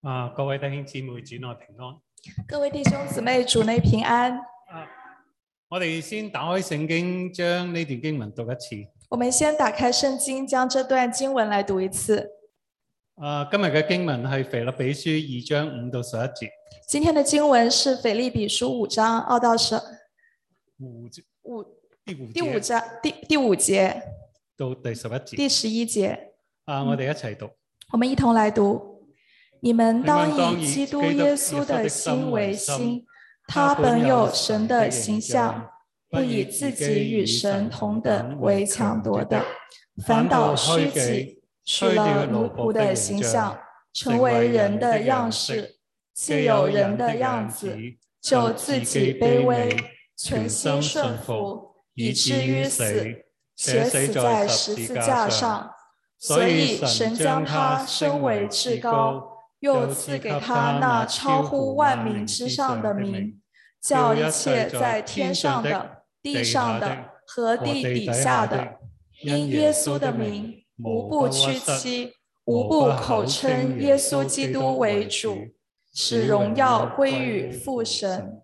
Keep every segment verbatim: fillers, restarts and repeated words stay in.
啊，各位弟兄姊妹，主內平安。 各位弟兄姊妹，主內平安。 啊，我哋先打開聖經，將呢段經文讀一次。 我們先打開聖經，將這段經文來讀一次。 啊，今日嘅經文係腓立比書二章五到十一節。 今天的經文是腓立比書五章二到十五五第五第五章第第五節到第十一節。 第十一節。 啊，我哋一齊讀。 我們一同來讀。你們當以基督耶穌的心為心，他本有神的形象，不以自己與神同等為搶奪的，反倒虛己，取了奴僕的形象，成為人的樣式。既有人的樣子，就自己卑微，全心順服，以至於死，且死在十字架上。所以神將他升為至高，又賜給他那超乎萬名之上的名，叫一切在天上的、地上的和地底下的，因耶穌的名，無不屈膝，無不口稱耶穌基督為主，使榮耀歸於父神。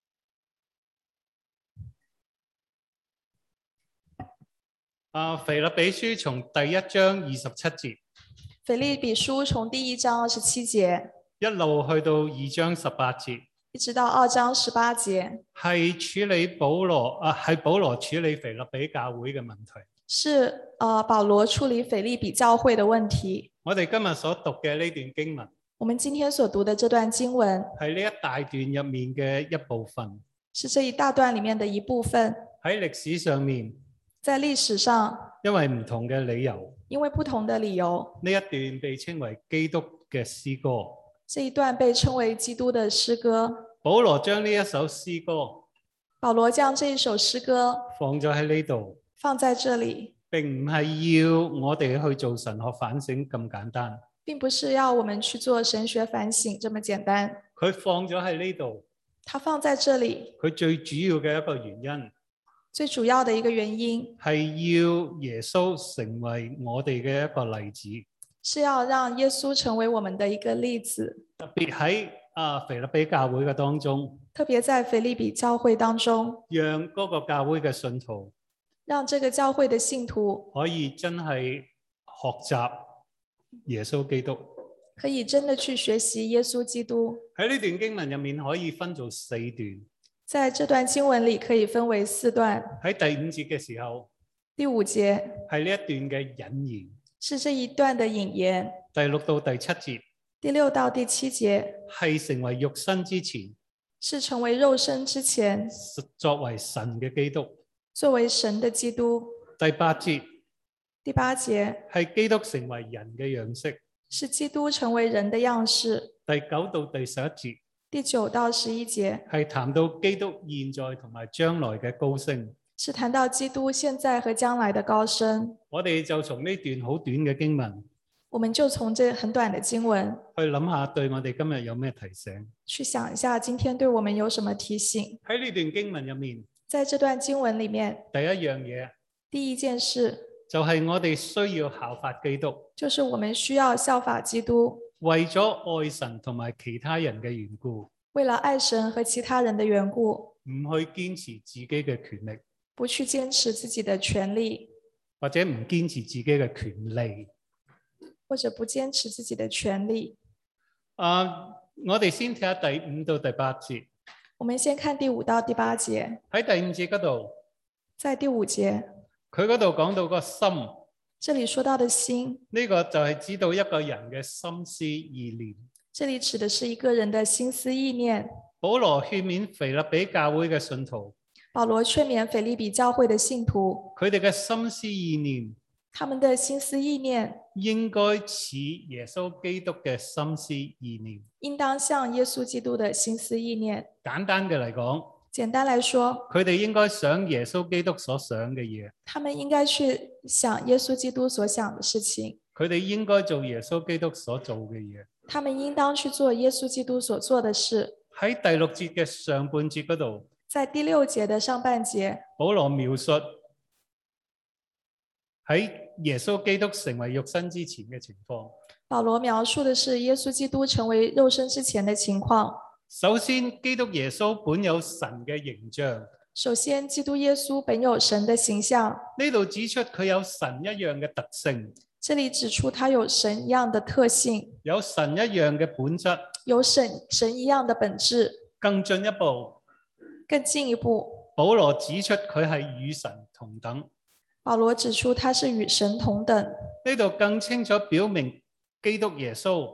啊，腓立比書從第一章二十七節。 腓立比書從第一章二十七節一路去到二章十八節， 一直到二章十八節， 係處理保羅啊，係保羅處理腓立比教會嘅問題。 是呃保羅處理腓立比教會的問題。 我哋今日所讀嘅呢段經文， 我們今天所讀的這段經文， 係呢一大段入面嘅一部分， 是這一大段裡面的一部分。 喺歷史上面， 在歷史上， 因為唔同嘅理由， 因為不同的理由， 呢一段被稱為基督嘅詩歌。 這一段被稱為基督的詩歌。 保羅將呢一首詩歌， 保羅將這一首詩歌放咗喺呢度， 放在這裡， 並唔係要我哋去做神學反省咁簡單， 並不是要我們去做神學反省這麼簡單。 佢放咗喺呢度， 他放在這裡， 佢最主要嘅一個原因， 最主要的一個原因係要耶穌成為我哋嘅一個例子， 是要讓耶穌成為我們的一個例子。 特別喺啊腓立比教會嘅當中， 特別在腓立比教會當中， 讓嗰個教會嘅信徒， 讓這個教會的信徒可以真係學習耶穌基督， 可以真的去學習耶穌基督。 喺呢段經文入面可以分做四段。 在這段經文裡可以分為四段。 喺第五節嘅時候， 第五節係呢一段嘅引言， 是這一段的引言。 第六到第七節， 第六到第七節係成為肉身之前， 是成為肉身之前， 作為神嘅基督， 作為神的基督。 第八節， 第八節係基督成為人嘅樣式， 是基督成為人的樣式。 第九到第十一節， 第九到十一節係談到基督現在同埋將來嘅高升， 是談到基督現在和將來的高升。 我哋就從呢段好短嘅經文， 我們就從這很短的經文去諗下對我哋今日有咩提醒， 去想一下今天對我們有什麼提醒。 喺呢段經文入面， 在這段經文裡面， 第一樣嘢， 第一件事就係我哋需要效法基督， 就是我們需要效法基督， 為咗愛神同埋其他人嘅緣故， 為了愛神和其他人的緣故， 唔去堅持自己嘅權力， 不去堅持自己的權利， 或者唔堅持自己嘅權利， 或者不堅持自己的權利。 啊，我哋先睇下第五到第八節。 我們先看第五到第八節。 喺第五節嗰度， 在第五節， 佢嗰度講到個心， 這裡說到的心， 呢個就係指到一個人嘅心思意念。 這裡指的是一個人的心思意念。 保羅勸勉腓立比教會嘅信徒， 保羅勸勉腓立比教會的信徒， 佢哋嘅心思意念， 他們的心思意念應該似耶穌基督嘅心思意念， 應當像耶穌基督的心思意念。 簡單嘅嚟講， 簡單來說， 佢哋應該想耶穌基督所想嘅嘢， 他們應該去想耶穌基督所想的事情， 佢哋應該做耶穌基督所做嘅嘢， 他們應當去做耶穌基督所做的事。 喺第六節嘅上半節嗰度， 在第六節的上半節， 保羅描述喺耶穌基督成為肉身之前嘅情況。 保羅描述的是耶穌基督成為肉身之前的情況。 首先，基督耶穌本有神嘅形象。 首先，基督耶穌本有神的形象。 呢度指出佢有神一樣嘅特性。 這裡指出他有神一樣的特性， 有神一樣嘅本質， 有神神一樣的本質。 更進一步， 更進一步， 保羅指出佢係與神同等。 保羅指出他是與神同等。 呢度更清楚表明基督耶穌。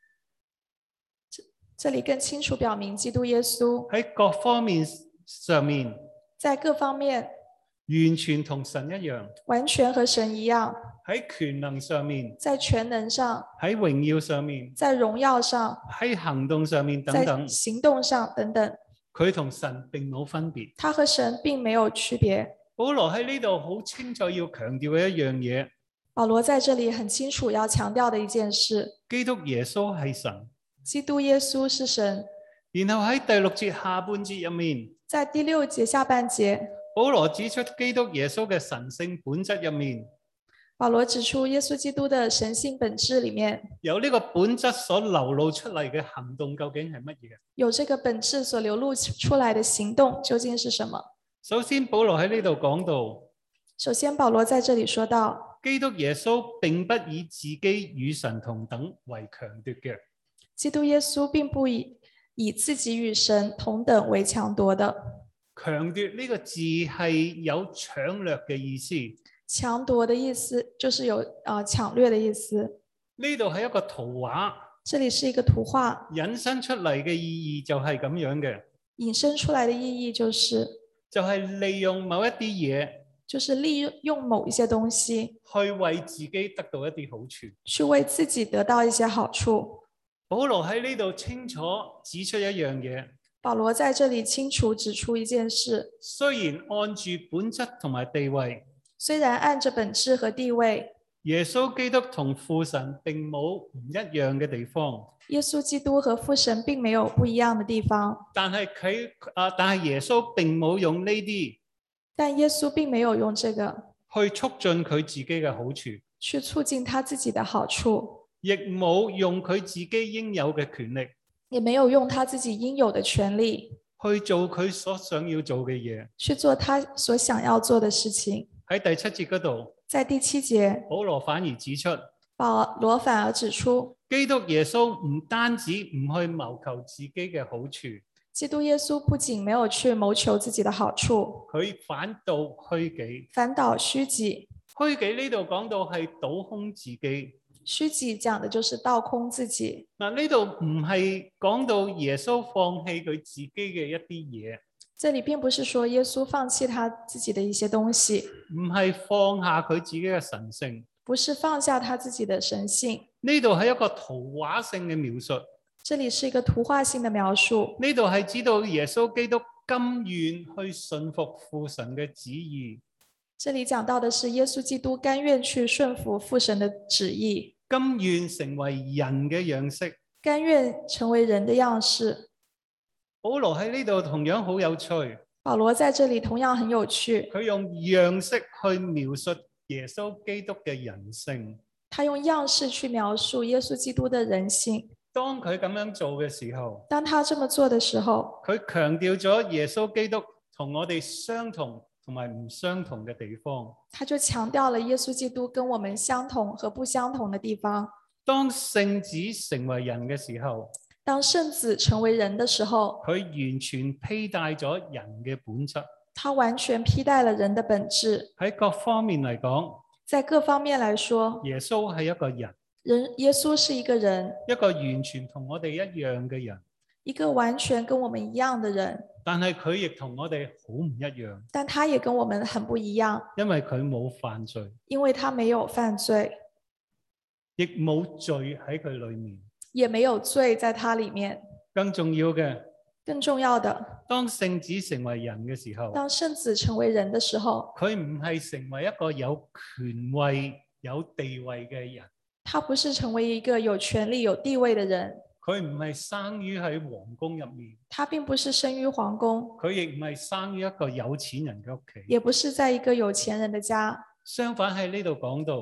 這裡更清楚表明基督耶穌喺各方面上面， 在各方面完全同神一樣， 完全和神一樣。 喺權能上面， 在權能上， 喺榮耀上面， 在榮耀上， 喺行動上面等等， 在行動上等等， 佢同神並冇分別。 他和神並沒有區別。 保羅喺呢度好清楚要強調嘅一樣嘢。 保羅在這裡很清楚要強調的一件事： 基督耶穌係神。 基督耶穌是神。 然後喺第六節下半節入面， 在第六節下半節， 保羅指出基督耶穌嘅神性本質入面， 保羅指出耶穌基督的神性本質裡面， 由呢個本質所流露出嚟嘅行動究竟係乜嘢？ 有這個本質所流露出來的行動究竟是什麼？ 首先，保羅喺呢度講到， 首先保羅在這裡說到， 基督耶穌並不以自己與神同等為強奪嘅。 基督耶穌並不以以自己與神同等為強奪的。 強奪呢個字係有搶掠嘅意思。 搶奪的意思就是有啊、呃、搶掠的意思。 呢度係一個圖畫， 這裡是一個圖畫， 引申出嚟嘅意義就係咁樣嘅。 引申出來的意義就是就係、是、利用某一啲嘢， 就是利用某一些東西去為自己得到一啲好處， 去為自己得到一些好處。 保羅喺呢度清楚指出一樣嘢。 保羅在這裡清楚指出一件事， 雖然按住本質同埋地位， 雖然按着本質和地位， 耶穌基督同父神並冇唔一樣嘅地方。 耶穌基督和父神並沒有不一樣的地方。 但係佢啊，但係耶穌並冇用呢啲， 但耶穌並沒有用這個去促進佢自己嘅好處， 去促進他自己的好處， 亦冇用佢自己應有嘅權力， 也沒有用他自己應有的權利去做佢所想要做嘅嘢， 去做他所想要做的事情。 喺第七節嗰度， 在第七節， 保羅反而指出， 保羅反而指出， 基督耶穌唔單止唔去謀求自己嘅好處， 基督耶穌不僅沒有去謀求自己的好處， 佢反倒虛己。 反倒虛己。 虛己呢度講到係倒空自己。 虛己講的就是倒空自己。 嗱，呢度唔係講到耶穌放棄佢自己嘅一啲嘢。 這裡並不是說耶穌放棄他自己的一些東西， 唔係放下佢自己嘅神性， 不是放下他自己的神性。 呢度係一個圖畫性嘅描述。 這裡是一個圖畫性的描述。 呢度係指到耶穌基督甘願去順服父神嘅旨意。 這裡講到的是耶穌基督甘願去順服父神的旨意， 甘願成為人嘅樣式， 甘願成為人的樣式。 保羅喺呢度同樣好有趣。 保羅在這裡同樣很有趣。 佢用樣式去描述耶穌基督嘅人性。 他用樣式去描述耶穌基督的人性。 當佢咁樣做嘅時候， 當他這麼做的時候， 佢強調咗耶穌基督同我哋相同同埋唔相同嘅地方。 他就強調了耶穌基督跟我們相同和不相同的地方。 當聖子成為人嘅時候， 當聖子成為人的時候， 佢完全披戴咗人嘅本質。 他完全披戴了人的本質。 喺各方面嚟講， 在各方面來說， 耶穌係一個人。 人耶穌是一個人， 一個完全同我哋一樣嘅人， 一個完全跟我們一樣的人。 但係佢亦同我哋好唔一樣。 但他也跟我們很不一樣， 因為佢冇犯罪， 因為他沒有犯罪， 亦冇罪喺佢裏面， 也沒有罪在他裡面。 更重要嘅， 更重要的， 當聖子成為人嘅時候， 當聖子成為人的時候， 佢唔係成為一個有權位、有地位嘅人。 他不是成為一個有權力、有地位的人。 佢唔係生於喺皇宮入面。 他並不是生於皇宮。 佢亦唔係生於一個有錢人嘅屋企。 也不是在一個有錢人的家。 相反喺呢度講到，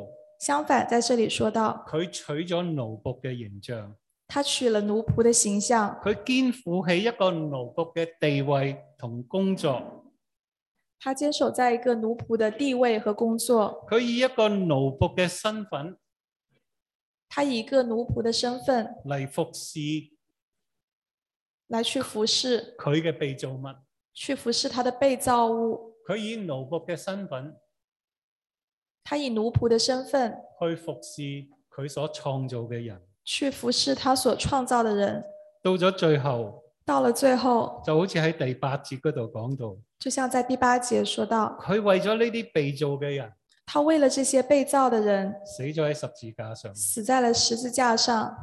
相反，在這裡說到， 佢取咗奴僕嘅形象， 他取了奴僕的形象， 佢肩負起一個奴僕嘅地位同工作， 他堅守在一個奴僕的地位和工作， 佢以一個奴僕嘅身份他以一個奴僕的身份嚟服侍來去服侍佢嘅被造物， 去服侍他的被造物， 佢以奴僕嘅身份他以奴僕的身份去服侍佢所創造嘅人， 去服侍他所創造的人。 到咗最後， 到了最後， 就好似喺第八節嗰度講到， 就像在第八節說到， 佢為咗呢啲被造嘅人， 他為了這些被造的人， 死咗喺十字架上， 死在了十字架上。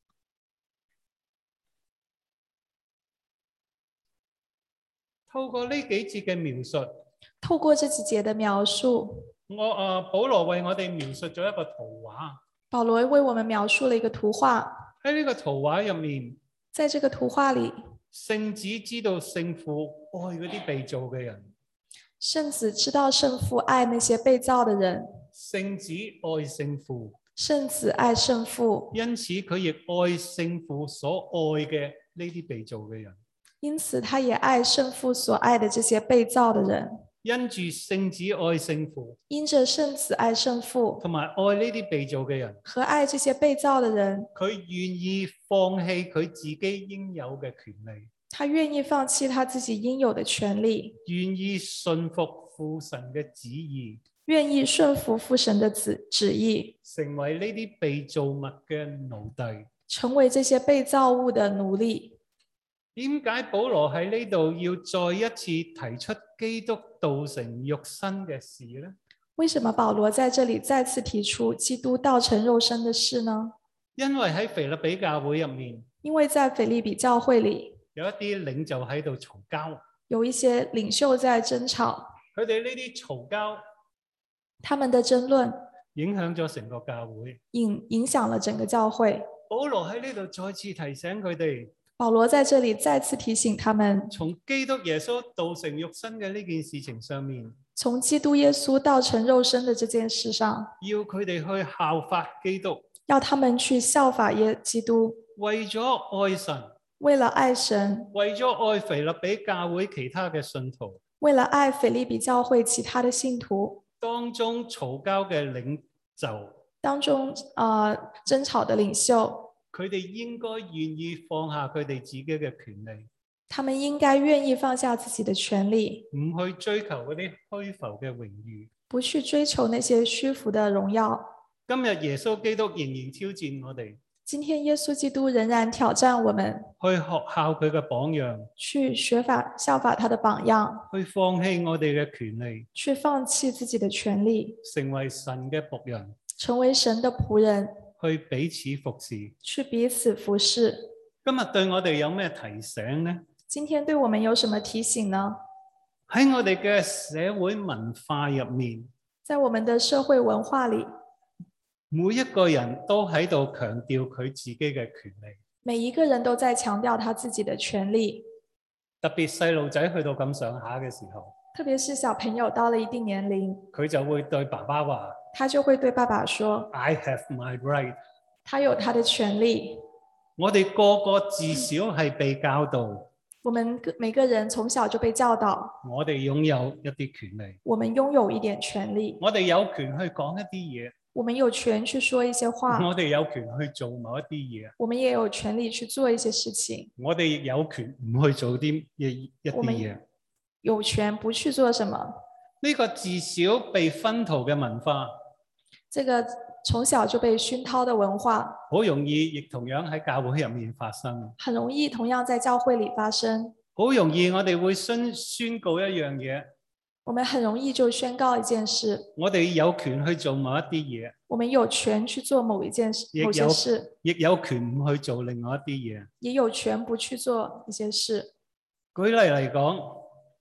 透過呢幾節嘅描述， 透過這幾節的描述， 我啊保羅為我哋描述咗一個圖畫。 保羅為我們描述了一個圖畫。 喺呢個圖畫入面， 在這個圖畫裡， 聖子知道聖父愛嗰啲被造嘅人， 聖子知道聖父愛那些被造的人， 聖子愛聖父， 聖子愛聖父， 因此佢亦愛聖父所愛嘅呢啲被造嘅人。 因此他也愛聖父所愛的這些被造的人。 因住聖子愛聖父， 因着聖子愛聖父， 同埋愛呢啲被造嘅人， 和愛這些被造的人， 佢願意放棄佢自己應有嘅權利， 他願意放棄他自己應有的權利， 願意順服父神嘅旨意， 願意順服父神的旨旨意， 成為呢啲被造物嘅奴隸， 成為這些被造物的奴隸。 點解保羅喺呢度要再一次提出基督道成肉身嘅事呢？ 為什麼保羅在這裡再次提出基督道成肉身的事呢？ 因為喺腓立比教會入面， 因為在腓立比教會裡有一啲領袖喺度嘈交， 有一些領袖在爭吵， 佢哋呢啲嘈交， 他們的爭論影響咗成個教會， 影影響了整個教會。 保羅喺呢度再次提醒佢哋。 保羅在這裡再次提醒他們， 從基督耶穌道成肉身嘅呢件事情上面， 從基督耶穌道成肉身的這件事上， 要佢哋去效法基督， 要他們去效法耶基督， 為咗愛神， 為了愛神， 為咗愛腓立比教會其他嘅信徒， 為了愛腓立比教會其他的信徒， 當中嘈交嘅領袖， 當中啊、呃、爭吵的領袖， 佢哋應該願意放下佢哋自己嘅權利， 他們應該願意放下自己的權利， 唔去追求嗰啲虛浮嘅榮譽， 不去追求那些虛浮的榮耀。 今日耶穌基督仍然挑戰我哋， 今天耶穌基督仍然挑戰我們， 去學效佢嘅榜樣， 去學法效法他的榜樣， 去放棄我哋嘅權利， 去放棄自己的權利， 成為神嘅僕人， 成為神的僕人， 去彼此服侍， 去彼此服侍。 今日對我哋有咩提醒呢？ 今天對我們有什麼提醒呢？ 喺我哋嘅社會文化入面， 在我們的社會文化裡， 每一個人都喺度強調佢自己嘅權利。 每一個人都在強調他自己的權利。 特別細路仔去到咁上下嘅時候， 特別是小朋友到了一定年齡， 佢就會對爸爸話， 他就會對爸爸說 I have my right。 他有他的權利。 我哋個個至少係被教導， 我們每個人從小就被教導， 我哋擁有一啲權利， 我們擁有一點權利， 我哋有權去講一啲嘢， 我們有權去說一些話， 我哋有權去做某一啲嘢， 我們也有權利去做一些事情， 我哋亦有權唔去做啲一一啲嘢， 有權不去做什麼。 呢個至少被薰陶嘅文化， 這個從小就被熏陶的文化， 好容易亦同樣喺教會入面發生。 很容易同樣在教會裡發生。 好容易我哋會宣宣告一樣嘢， 我們很容易就宣告一件事。 我哋有權去做某一啲嘢， 我們有權去做某一件事，某些事， 亦有權唔去做另外一啲嘢， 也有權不去做一些事。 舉例嚟講。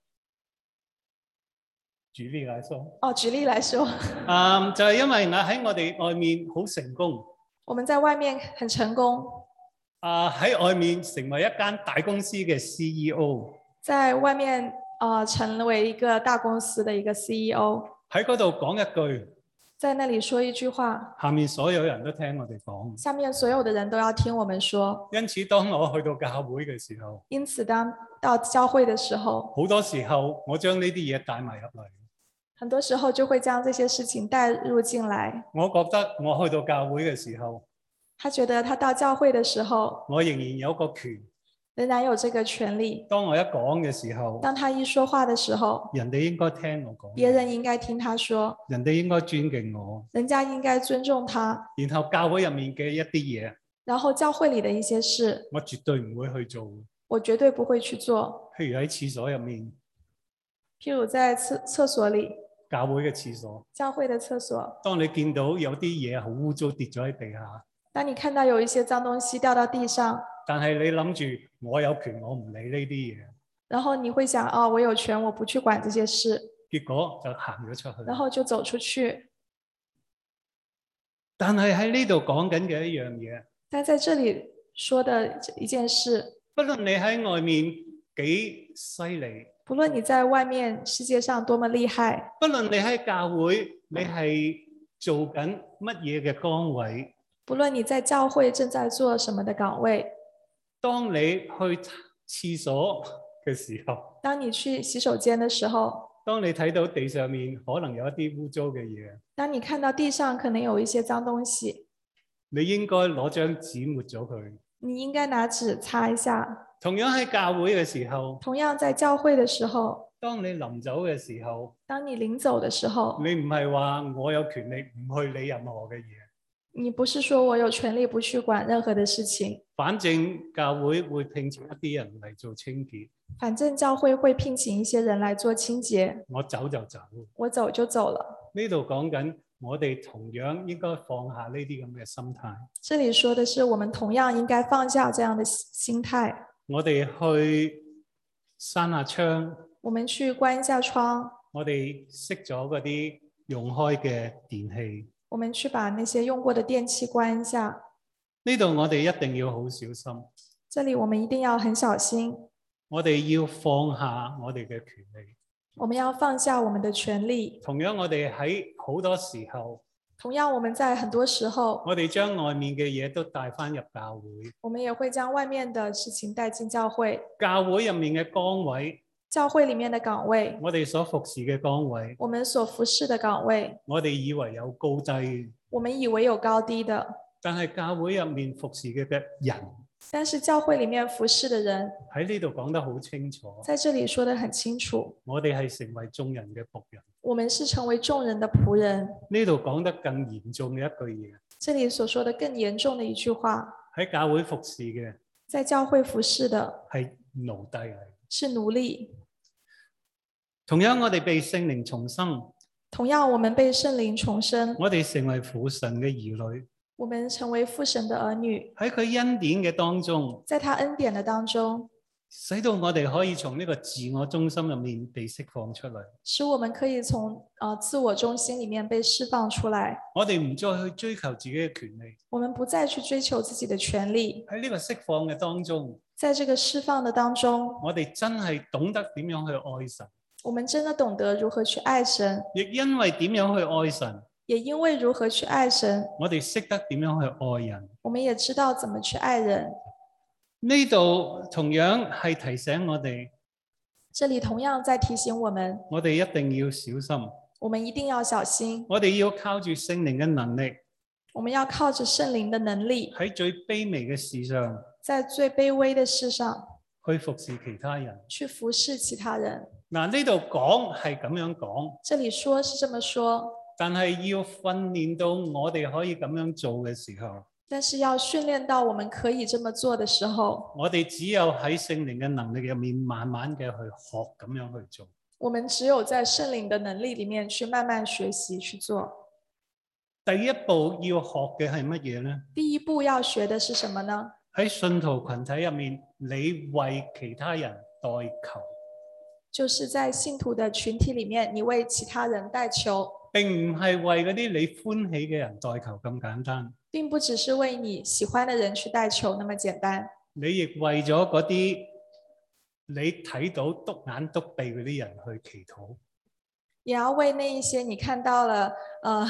舉例來說， 哦，舉例來說， 嗯，就係因為我喺我哋外面好成功， 我們在外面很成功， 啊喺外面成為一間大公司嘅 C E O， 在外面啊、呃、成為一個大公司的一個 C E O， 喺嗰度講一句， 在那里說一句話， 下面所有人都聽我哋講。 下面所有的人都要聽我們說。 因此，當我去到教會嘅時候， 因此當到教會的時候， 好多時候我將呢啲嘢帶埋入嚟。 很多時候就會將這些事情帶入進來。 我覺得我去到教會嘅時候， 他覺得他到教會的時候， 我仍然有個權， 仍然有這個權利。 當我一講嘅時候， 當他一說話的時候， 人哋應該聽我講， 別人應該聽他說， 人哋應該尊敬我， 人家應該尊重他。 然後教會入面嘅一啲嘢， 然後教會裡的一些事， 我絕對唔會去做。 我絕對不會去做。 譬如喺廁所入面， 譬如在廁廁所裡， 教會嘅廁所， 教會的廁所， 當你見到有啲嘢好污糟跌咗喺地下， 當你看到有一些髒東西掉到地上， 但係你諗住我有權，我唔理呢啲嘢， 然後你會想，哦，我有權，我不去管這些事， 結果就行咗出去， 然後就走出去。 但係喺呢度講緊嘅一樣嘢， 但在這裡說的一件事， 不論你喺外面幾犀利， 不論你在外面世界上多麼厲害， 不論你喺教會你係做緊乜嘢嘅崗位， 不論你在教會正在做什麼的崗位， 當你去廁所嘅時候， 當你去洗手間的時候， 當你睇到地上面可能有一啲污糟嘅嘢， 當你看到地上可能有一些髒東西， 你應該攞張紙抹咗佢。 你應該拿紙擦一下。 同樣喺教會嘅時候， 同樣在教會的時候， 當你臨走嘅時候， 當你臨走的時候， 你唔係話我有權利唔去理任何嘅嘢。 你不是說我有權利不去管任何的事情。 反正教會會聘請一啲人嚟做清潔。 反正教會會聘請一些人來做清潔。 我走就走。 我走就走了。 呢度講緊我哋同樣應該放下呢啲咁嘅心態。 這裡說的是我們同樣應該放下這樣的心態。 我哋去閂下窗。 我們去關一下窗。 我哋熄咗嗰啲用開嘅電器。 我們去把那些用過的電器關一下。 呢度我哋一定要好小心。 這裡我們一定要很小心。 我哋要放下我哋嘅權利。 我們要放下我們的權利。 同樣我哋喺好多時候。 同樣我們在很多時候。 我哋將外面嘅嘢都帶返入教會。 我們也會將外面的事情帶進教會。 教會入面嘅崗位。 教會裡面的崗位。 我哋所服侍嘅崗位。 我們所服侍的崗位。 我哋以為有高低。 我們以為有高低的。 但係教會入面服侍嘅嘅人。 但是教會裡面服侍的人喺呢度講得好清楚， 在這裡說得很清楚。 我哋係成為眾人嘅僕人， 我們是成為眾人的僕人。 呢度講得更嚴重嘅一句嘢， 這裡所說的更嚴重的一句話， 喺教會服侍嘅， 在教會服侍的係奴隸嚟， 是奴隸。 同樣我哋被聖靈重生， 同樣我們被聖靈重生， 我哋成為父神嘅兒女。 我們成為父神的兒女， 喺佢恩典嘅當中， 在他恩典的當中， 使到我哋可以從呢個自我中心入面被釋放出嚟， 使我們可以從呃自我中心裡面被釋放出來。 我哋唔再去追求自己嘅權利， 我們不再去追求自己的權利。 喺呢個釋放嘅當中， 在這個釋放的當中， 我哋真係懂得點樣去愛神， 我們真的懂得如何去愛神， 亦因為點樣去愛神。 也因為如何去愛神， 我哋識得點樣去愛人， 我們也知道怎麼去愛人。 呢度同樣係提醒我哋， 這裡同樣在提醒我們， 我哋一定要小心， 我們一定要小心， 我哋要靠住聖靈嘅能力， 我們要靠着聖靈的能力， 喺最卑微嘅事上， 在最卑微的事上去服侍其他人， 去服侍其他人。 嗱，呢度講係咁樣講， 這裡說是這麼說， 但係要訓練到我哋可以咁樣做嘅時候， 但是要訓練到我們可以這麼做的時候， 我哋只有喺聖靈嘅能力入面，慢慢嘅去學咁樣去做。 我們只有在聖靈的能力裡面去慢慢學習去做。 第一步要學嘅係乜嘢呢？ 第一步要學的是什麼呢？ 喺信徒群體入面，你為其他人代求， 就是在信徒的群體裡面，你為其他人代求， 並唔係為嗰啲你歡喜嘅人代求咁簡單， 並不只是為你喜歡的人去代求那麼簡單， 你亦為咗嗰啲你睇到篤眼篤鼻嗰啲人去祈禱， 也要為那一些你看到了，呃，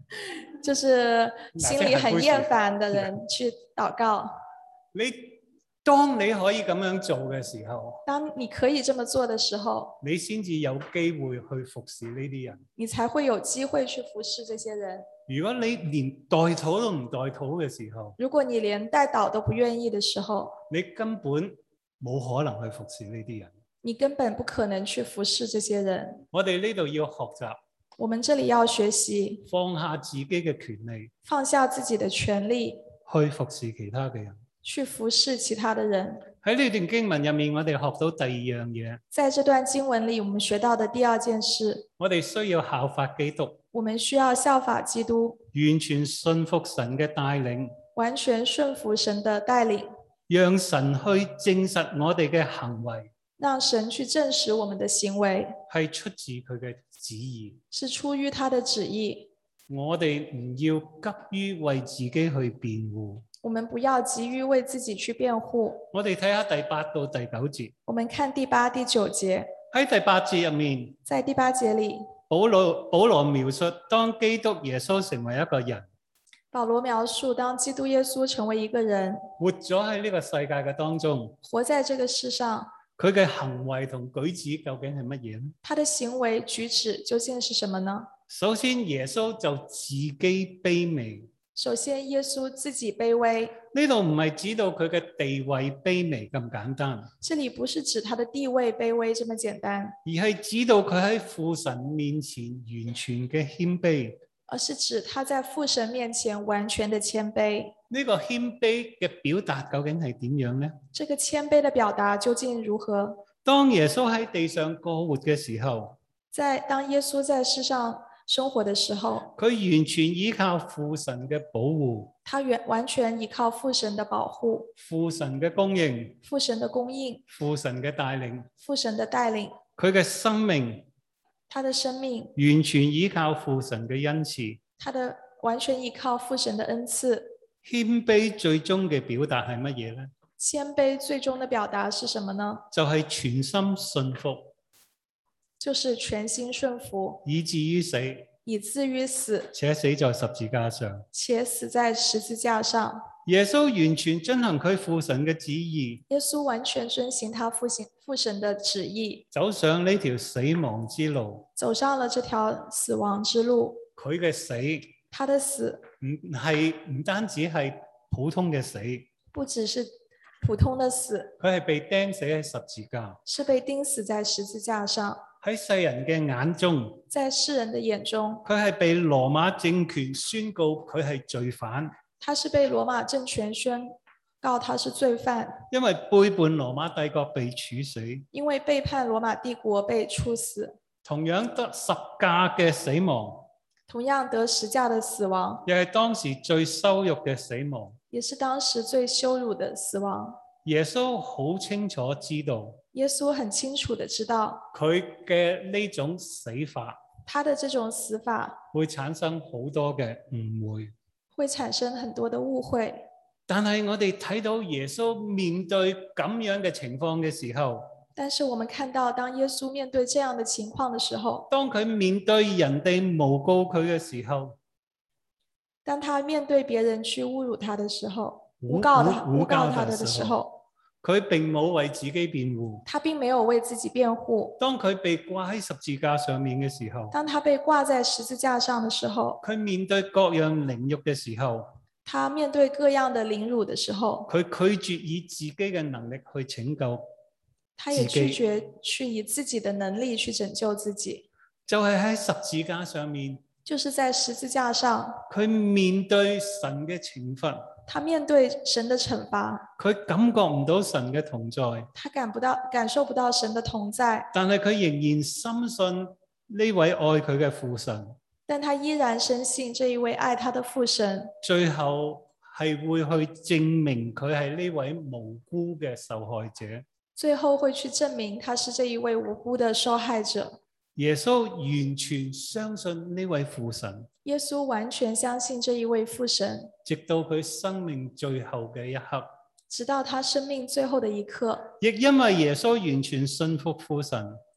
就是心里很厌煩的人去禱告。 你當你可以咁樣做嘅時候， 當你可以這麼做的時候， 你先至有機會去服侍呢啲人。 你才會有機會去服侍這些人。 如果你連代禱都唔代禱嘅時候， 如果你連代禱都不願意的時候， 你根本冇可能去服侍呢啲人。 你根本不可能去服侍這些人。 我哋呢度要學習， 我們這裡要學習放下自己嘅權利， 放下自己的權利， 去服侍其他嘅人。 去服侍其他的人。 喺呢段經文入面，我哋學到第二樣嘢。 在這段經文裡，我們學到的第二件事， 我哋需要效法基督。 我們需要效法基督， 完全信服神嘅帶領， 完全順服神的帶領， 讓神去證實我哋嘅行為， 讓神去證實我們的行為係出自佢嘅旨意， 是出於他的旨意。 我哋唔要急於為自己去辯護。 我們不要急於為自己去辯護。 我哋睇下第八到第九節。 我們看第八、第九節。 喺第八節入面， 在第八節裡， 保羅保羅描述當基督耶穌成為一個人。 保羅描述當基督耶穌成為一個人， 活咗喺呢個世界嘅當中， 活在這個世上， 佢嘅行為同舉止究竟係乜嘢呢？ 他的行為舉止究竟是什麼呢？ 首先，耶穌就自己卑微。 首先，耶穌自己卑微。 呢度唔係指到佢嘅地位卑微咁簡單。 這裡不是指他的地位卑微這麼簡單， 而係指到佢喺父神面前完全嘅謙卑。 而是指他在父神面前完全的謙卑。 呢個謙卑嘅表達究竟係點樣呢？ 這個謙卑的表達究竟如何？ 當耶穌喺地上過活嘅時候， 在當耶穌在世上生活的時候， 佢完全依靠父神嘅保護， 他完完全依靠父神的保護， 父神嘅供應， 父神的供應， 父神嘅帶領， 父神的帶領， 佢嘅生命， 他的生命完全依靠父神嘅恩賜， 他的完全依靠父神的恩賜。 謙卑最終嘅表達係乜嘢呢？ 謙卑最終的表達是什麼呢？ 就係全心信服， 就是全心順服， 以至於死， 以至於死， 且死在十字架上， 且死在十字架上。 耶穌完全遵行佢父神嘅旨意， 耶穌完全遵行他父神父神的旨意， 走上呢條死亡之路， 走上了這條死亡之路。 佢嘅死， 他的死唔係唔單止係普通嘅死， 不只是普通的死， 佢係被釘死喺十字架， 是被釘死在十字架上。 喺世人嘅眼中， 在世人的眼中， 佢係被羅馬政權宣告佢係罪犯。 他是被羅馬政權宣告他是罪犯， 因為背叛羅馬帝國被處死， 因為背叛羅馬帝國被處死。 同樣得十架嘅死亡， 同樣得十架的死亡， 又係當時最羞辱嘅死亡， 也是當時最羞辱的死亡。 耶穌好清楚知道， 耶穌很清楚的知道佢嘅呢種死法， 他的這種死法會產生好多嘅誤會， 會產生很多的誤會。 但係我哋睇到耶穌面對咁樣嘅情況嘅時候， 但是我們看到當耶穌面對這樣的情況的時候， 當佢面對人哋誣告佢嘅時候， 當他面對別人去侮辱他的時候，誣告他誣告他的時候， 佢並冇為自己辯護， 他並沒有為自己辯護。 當佢被掛喺十字架上面嘅時候， 當他被掛在十字架上的時候， 佢面對各樣凌辱嘅時候， 他面對各樣的凌辱的時候， 佢拒絕以自己嘅能力去拯救， 他也拒絕去以自己的能力去拯救自己。 就係喺十字架上面， 就是在十字架上， 佢面對神嘅懲罰， 他面對神的懲罰， 佢感覺唔到神嘅同在， 他感不到感受不到神的同在， 但係佢仍然深信呢位愛佢嘅父神， 但他依然深信這一位愛他的父神， 最後係會去證明佢係呢位無辜嘅受害者， 最後會去證明他是這一位無辜的受害者。 耶穌完全相信呢位父神， 耶穌完全相信這一位父神， 直到佢生命最後嘅一刻， 直到他生命最後的一刻。 亦因為耶穌完全信服父神，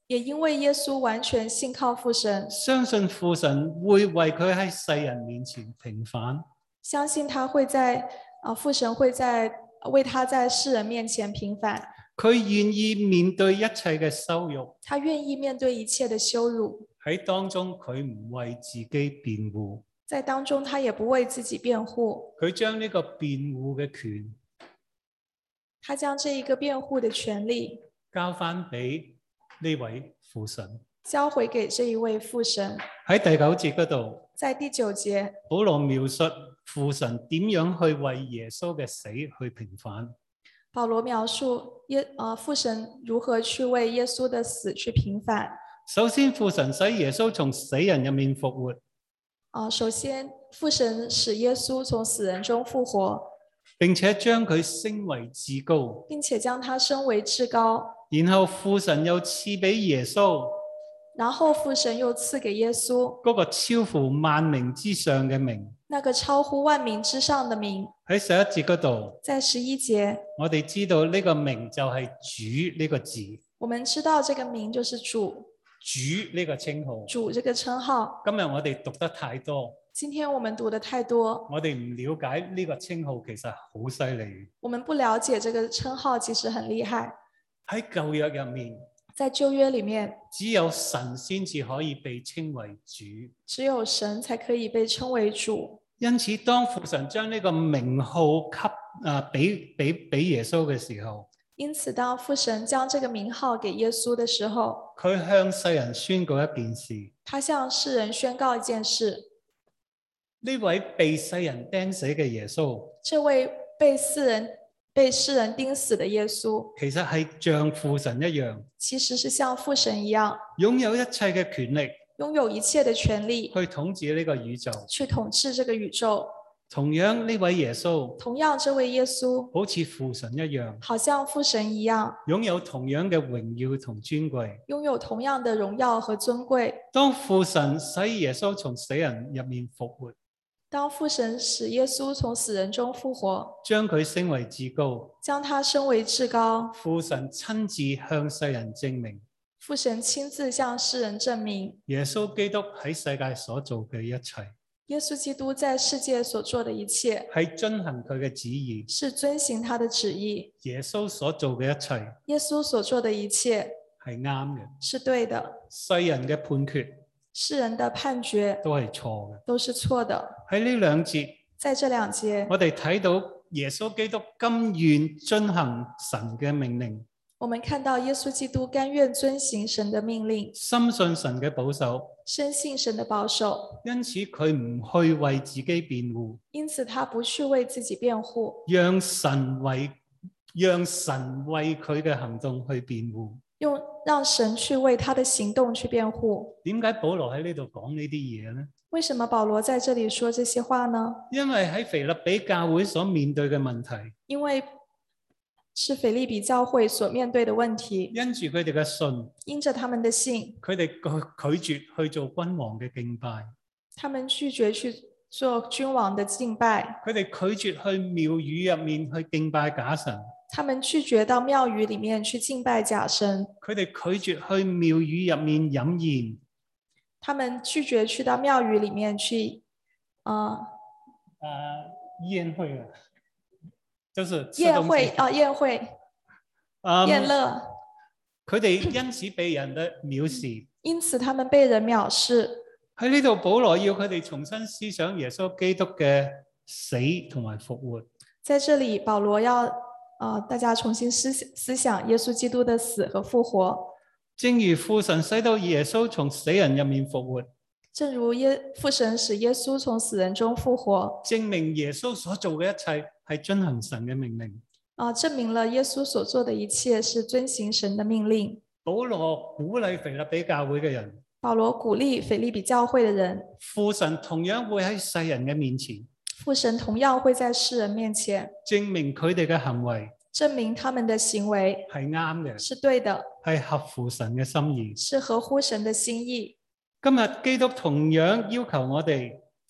也因為耶穌完全信靠父神， 相信父神會為佢喺世人面前平反， 相信他會在啊父神會在為他在世人面前平反。 佢願意面對一切嘅羞辱， 他願意面對一切的羞辱。 喺當中佢唔為自己辯護， 在當中他也不為自己辯護， 佢將呢個辯護嘅權， 他將這一個辯護的權利交翻俾呢位父神， 交回給這一位父神。 喺第九節嗰度， 在第九節， 保羅描述父神點樣去為耶穌嘅死去平反。 保羅描述耶啊父神如何去為耶穌的死去平反。 首先，父神使耶穌從死人入面復活。 啊，首先，父神使耶穌從死人中復活， 並且將佢升為至高， 並且將他升為至高。 然後父神又賜俾耶穌， 然後父神又賜給耶穌嗰個超乎萬名之上嘅名。 那個超乎萬名之上的名。 喺十一節嗰度， 在十一節， 我哋知道呢個名就係主呢個字。 我們知道這個名就是主。 主呢個稱號， 主這個稱號。 今日我哋讀得太多， 今天我們讀得太多， 我哋唔了解呢個稱號其實好犀利。 我們不了解這個稱號其實很厲害。 喺舊約入面， 在舊約裡面， 只有神先至可以被稱為主， 只有神才可以被稱為主。 因此，當父神將呢個名號給啊俾俾俾耶穌嘅時候， 因此當父神將這個名號給耶穌的時候， 佢向世人宣告一件事。 他向世人宣告一件事。 呢位被世人釘死嘅耶穌， 這位被世人被世人釘死的耶穌， 其實係像父神一樣， 其實是像父神一樣， 擁有一切嘅權力， 擁有一切的權利去統治呢個宇宙， 去統治這個宇宙。 同樣呢位耶穌， 同樣這位耶穌， 好似父神一樣， 好像父神一樣， 擁有同樣嘅榮耀同尊貴， 擁有同樣的榮耀和尊貴。 當父神使耶穌從死人入面復活， 當父神使耶穌從死人中復活， 將佢升為至高， 將他升為至高， 父神親自向世人證明， 父神親自向世人證明， 耶穌基督喺世界所做嘅一切， 耶穌基督在世界所做的一切， 係遵行佢嘅旨意， 是遵行他的旨意。 耶穌所做嘅一切， 耶穌所做的一切係啱嘅， 是對的。 世人嘅判決， 世人的判決都係錯嘅， 都是錯的。 喺呢兩節， 在這兩節， 我哋睇到耶穌基督甘願遵行神嘅命令。 我們看到耶穌基督甘願遵行神的命令， 深信神嘅保守， 深信神的保守， 因此佢唔去為自己辯護， 因此他不去為自己辯護， 讓神為讓神為佢嘅行動去辯護， 用讓神去為他的行動去辯護。 點解保羅喺呢度講呢啲嘢呢？ 為什麼保羅在這裡說這些話呢？ 因為喺腓立比教會所面對嘅問題， 因為是腓立比教會所面對的問題， 因住佢哋嘅信， 因着他們的信， 佢哋拒拒絕去做君王嘅敬拜， 他們拒絕去做君王的敬拜， 佢哋拒絕去廟宇入面去敬拜假神， 他們拒絕到廟宇裡面去敬拜假神， 佢哋拒絕去廟宇入面飲宴， 他們拒絕去到廟宇裡面去，啊、呃， 誒宴會啊，就是宴會啊，宴會， 嗯、 宴樂， 佢哋因此被人嘅藐視， 因此他們被人藐視。 喺呢度保羅要佢哋重新思想耶穌基督嘅死同埋復活。 在這裡保羅要啊、呃，大家重新思思想耶穌基督的死和復活。 正如父神使到耶穌從死人入面復活， 正如耶父神使耶穌從死人中復活， 證明耶穌所做嘅一切係遵行神嘅命令。 啊，證明了耶穌所做的一切是遵行神的命令。 保羅鼓勵腓立比教會嘅人， 保羅鼓勵腓立比教會的人， 父神同樣會喺世人嘅面前， 父神同樣會在世人面前證明佢哋嘅行為， 證明他們的行為係啱嘅， 是對的， 係合乎神嘅心意， 是合乎神的心意。 今日基督同樣要求我哋，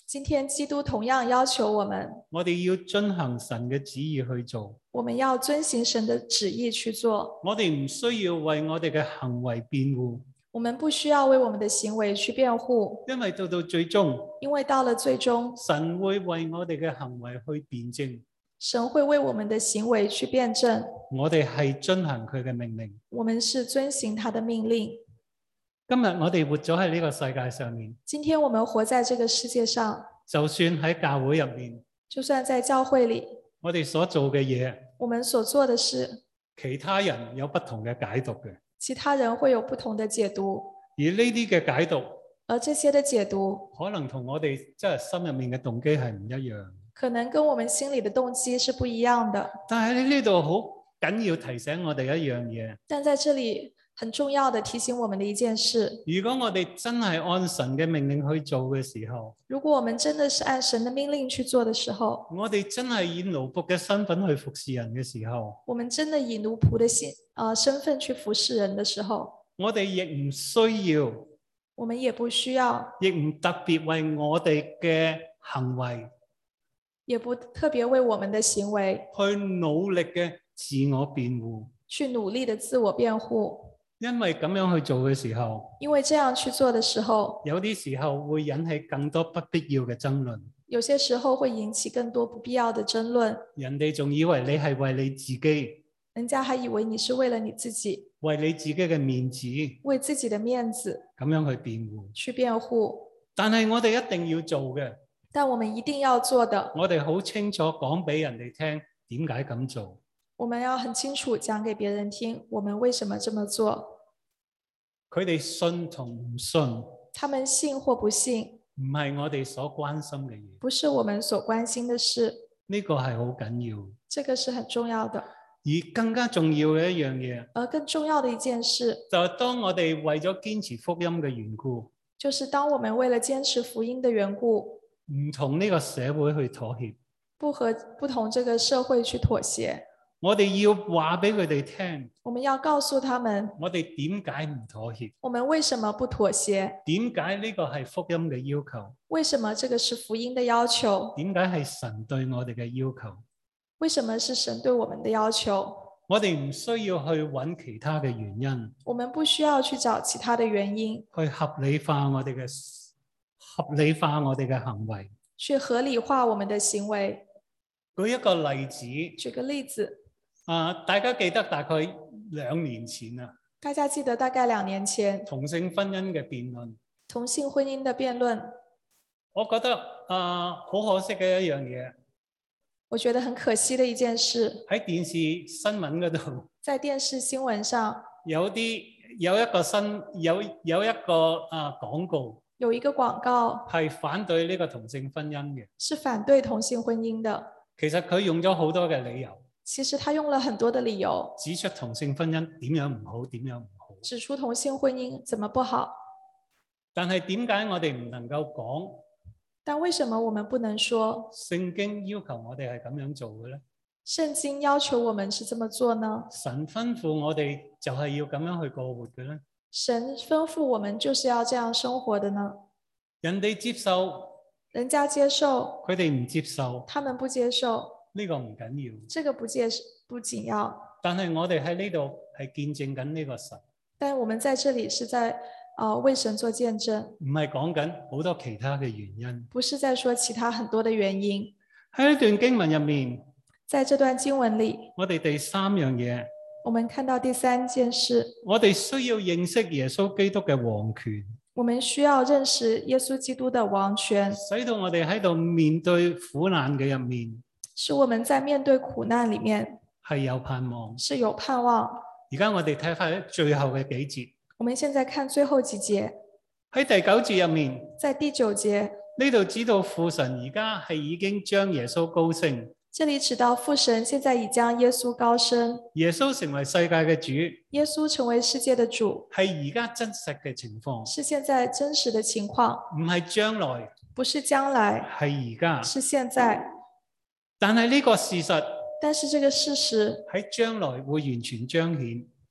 今天基督同樣要求我們， 我哋要遵行神嘅旨意去做。 我們要遵行神的旨意去做。 我哋唔需要為我哋嘅行為辯護， 我們不需要為我們的行為去辯護， 因為到到最終， 因為到了最終， 神會為我哋嘅行為去辯證。 神會為我們的行為去辯證。 我哋係遵行佢嘅命令。 我們是遵行他的命令。 今日我哋活咗喺呢個世界上面， 今天我們活在這個世界上， 就算喺教會入面， 就算在教會裏， 我哋所做嘅嘢， 我們所做的事， 其他人有不同嘅解讀嘅， 其他人會有不同的解讀， 而呢啲嘅解讀， 而這些的解讀， 可能同我哋即係心入面嘅動機係唔一樣， 可能跟我們心裏的動機是不一樣的。 但係喺呢度好緊要提醒我哋一樣嘢， 但在這裏很重要的提醒我們的一件事， 如果我哋真係按神嘅命令去做嘅時候， 如果我們真的是按神的命令去做的時候， 我哋真係以奴僕嘅身份去服侍人嘅時候， 我們真的以奴僕的心呃身份去服侍人的時候， 我哋亦唔需要， 我們也不需要， 亦唔特別為我哋嘅行為也不特別為我們的行為去努力嘅自我辯護， 去努力的自我辯護。 因為咁樣去做嘅時候， 因為這樣去做的時候， 有啲時候會引起更多不必要嘅爭論。 有些時候會引起更多不必要的爭論。 人哋仲以為你係為你自己， 人家還以為你是為了你自己， 為你自己嘅面子， 為自己的面子咁樣去辯護。 去辯護。 但係我哋一定要做嘅， 但我們一定要做的， 我哋好清楚講俾人哋聽點解咁做。 我們要很清楚講給別人聽，我們為什麼這麼做。 佢哋信同唔信， 他們信或不信， 唔係我哋所關心嘅嘢。 不是我們所關心的事。 呢個係好緊要。 這個是很重要的。 而更加重要嘅一樣嘢， 而更重要的一件事， 就係當我哋為咗堅持福音嘅緣故， 就是當我們為了堅持福音的緣故， 唔同呢個社會去妥協， 不和不同這個社會去妥協。 我哋要話俾佢哋聽， 我們要告訴他們， 我哋點解唔妥協？ 我們為什麼不妥協？ 點解呢個係福音嘅要求？ 為什麼這個是福音的要求？ 點解係神對我哋嘅要求？ 為什麼是神對我們的要求？ 我哋唔需要去揾其他嘅原因， 我們不需要去找其他的原因， 去合理化我哋嘅合理化我哋嘅行為， 去合理化我們的行為。 舉一個例子， 舉個例子， 啊，大家記得大概兩年前啊， 大家記得大概兩年前同性婚姻嘅辯論， 同性婚姻的辯論， 我覺得啊好可惜嘅一樣嘢。 我覺得很可惜的一件事， 喺電視新聞嗰度， 在電視新聞上有啲有一個新有有一個啊廣告， 有一個廣告係反對呢個同性婚姻嘅， 是反對同性婚姻的。 其實佢用咗好多嘅理由， 其實他用了很多的理由， 指出同性婚姻點樣唔好，點樣唔好， 指出同性婚姻怎麼不好。 但係點解我哋唔能夠講？ 但為什麼我們不能說聖經要求我哋係咁樣做嘅咧？ 聖經要求我們是這麼做呢？ 神吩咐我哋就係要咁樣去過活嘅咧？ 神吩咐我們就是要這樣生活的呢？ 人哋接受， 人家接受， 佢哋唔接受， 他們不接受， 呢個唔緊要， 這個不接不緊要。 但係我哋喺呢度係見證緊呢個神。 但我們在這裡是在呃為神做見證， 唔係講緊好多其他嘅原因， 不是在說其他很多的原因。 喺呢段經文入面， 在這段經文裡， 我哋第三樣嘢， 我們看到第三件事， 我哋需要認識耶穌基督嘅王權， 我們需要認識耶穌基督的王權， 使到我哋喺度面對苦難嘅入面， 使我們在面對苦難裡面係有盼望， 是有盼望。 而家我哋睇翻最後嘅幾節， 我們現在看最後幾節， 喺第九節入面， 在第九節呢度知道父神而家係已經將耶穌高升， 這裡指到父神現在已將耶穌高升， 耶穌成為世界嘅主， 耶穌成為世界的主， 係而家真實嘅情況， 是現在真實的情況， 唔係將來， 不是將來， 係而家， 是現在。 但係呢個事實， 但是這個事實喺將來會完全彰顯，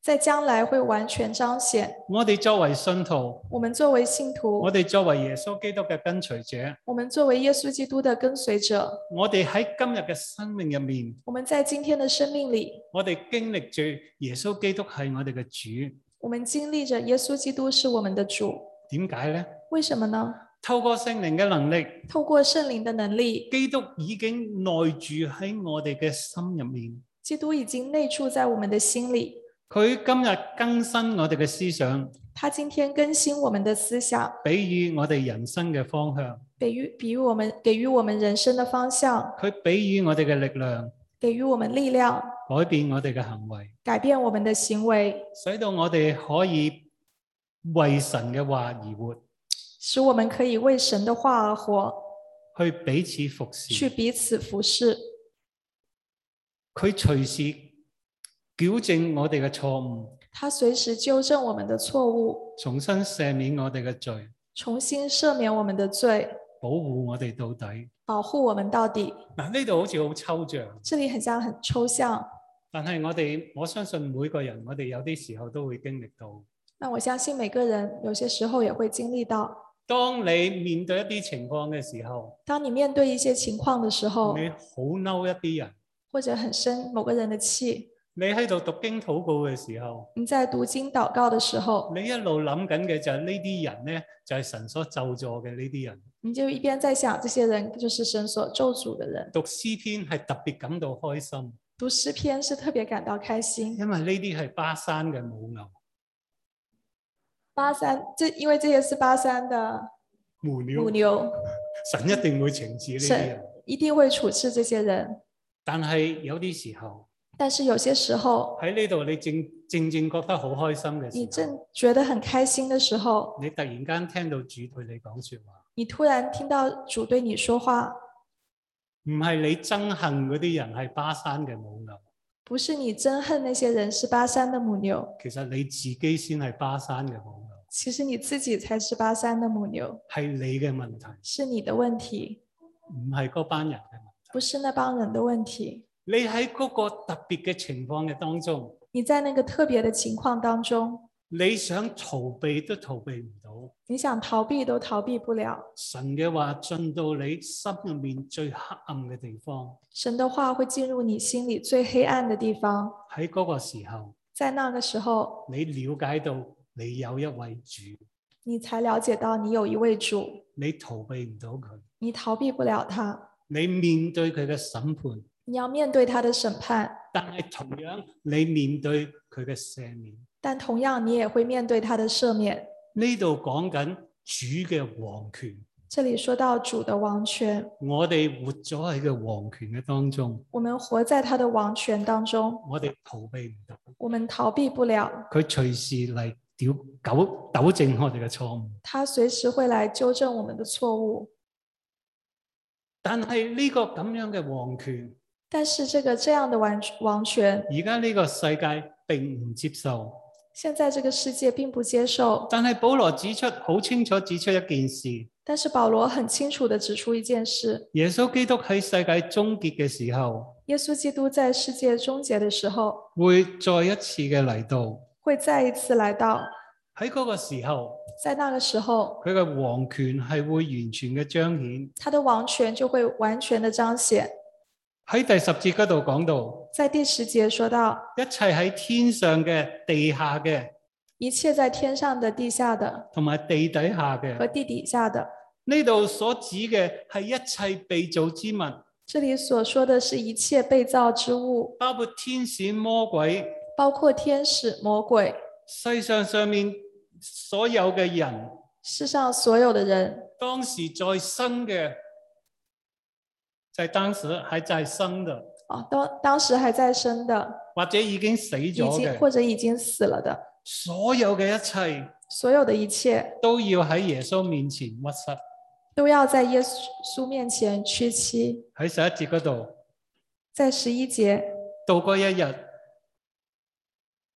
在將來會完全彰顯。 我哋作為信徒， 我們作為信徒， 我哋作為耶穌基督嘅跟隨者， 我們作為耶穌基督的跟隨者， 我哋喺今日嘅生命入面， 我們在今天的生命裏， 我哋經歷住耶穌基督係我哋嘅主。 我們經歷着耶穌基督是我們的主。 點解呢？ 為什麼呢？ 透過聖靈嘅能力， 透過聖靈的能力， 基督已經內住喺我哋嘅心入面。 基督已經內住在我們的心裏。 佢今日更新我哋嘅思想， 他今天更新我們的思想， 俾予我哋人生嘅方向， 給予比喻我們給予我們人生的方向。 佢俾予我哋嘅力量， 給予我們力量， 改變我哋嘅行為， 改變我們的行為， 使到我哋可以為神嘅話而活， 使我們可以為神的話而活， 去彼此服侍， 去彼此服侍。 佢隨時矯正我哋嘅錯誤， 他隨時糾正我們的錯誤， 重新赦免我哋嘅罪， 重新赦免我們的罪， 保護我哋到底， 保護我們到底。 嗱，呢度好似好抽象， 這裡很像很抽象， 但係我哋我相信每個人，我哋有啲時候都會經歷到。 那我相信每個人有些時候也會經歷到。 當你面對一啲情況嘅時候， 當你面對一些情況的時候， 你好嬲一啲人， 或者很生某個人的氣， 你喺度讀經禱告嘅時候， 你在讀經禱告的時候， 你一路諗緊嘅就係呢啲人呢，就係神所咒詛嘅呢啲人。 你就一邊在想這些人就是神所咒詛的人。 讀詩篇係特別感到開心， 讀詩篇是特別感到開心， 因為呢啲係巴山嘅母牛。 巴山，這因為這些是巴山的母牛， 母牛， 神一定會懲治呢啲人， 神一定會處置這些人。 但係有啲時候， 但是有些時候喺呢度你正正正覺得好開心嘅時候， 你正覺得很開心的時候， 你突然間聽到主對你講說話， 你突然聽到主對你說話， 唔係你憎恨嗰啲人係巴山嘅母牛， 不是你憎恨那些人是巴山的母牛， 其實你自己先係巴山嘅母牛， 其實你自己才是巴山的母牛， 係你嘅問題， 是你的問題， 唔係嗰班人嘅問題， 不是那幫人的問題。 你喺嗰個特別嘅情況嘅當中， 你在那個特別的情況當中， 你想逃避都逃避唔到， 你想逃避都逃避不了。 神嘅話進到你心入面最黑暗嘅地方， 神的話會進入你心裡最黑暗的地方。 喺嗰個時候， 在那個時候， 你了解到你有一位主， 你才了解到你有一位主， 你逃避唔到佢， 你逃避不了他， 你面對佢嘅審判， 你要面對他的審判， 但係同樣你面對佢嘅赦免。 但同樣你也會面對他的赦免。 呢度講緊主嘅王權， 這裡說到主的王權， 我哋活咗喺個王權嘅當中， 我們活在他的王權當中， 我哋逃避唔到， 我們逃避不了， 佢隨時嚟糾糾糾正我哋嘅錯誤， 他隨時會來糾正我們的錯誤。 但係呢個咁樣嘅王權， 但是這個這樣的王王權， 而家呢個世界並唔接受。 現在這個世界並不接受。 但係保羅指出，好清楚指出一件事， 但是保羅很清楚地指出一件事， 耶穌基督喺世界終結嘅時候， 耶穌基督在世界終結的時候， 會再一次嘅嚟到， 會再一次來到。 喺嗰個時候， 在那個時候， 佢嘅王權係會完全嘅彰顯， 他的王權就會完全的彰顯。 喺第十節嗰度講到， 在第十節說到， 一切喺天上嘅、地下嘅， 一切在天上的、地下的， 同埋地底下嘅， 和地底下的。 呢度所指嘅係一切被造之物， 這裡所說的是一切被造之物， 包括天使、魔鬼， 包括天使、魔鬼， 世上上面所有嘅人， 世上所有的人， 當時在生嘅。在當時還在生的， 哦，當當時還在生的， 或者已經死咗嘅， 或者已經死了的， 所有嘅一切， 所有的一切都要喺耶穌面前屈膝， 都要在耶穌面前屈膝。 喺十一節嗰度， 在十一節， 到嗰一日，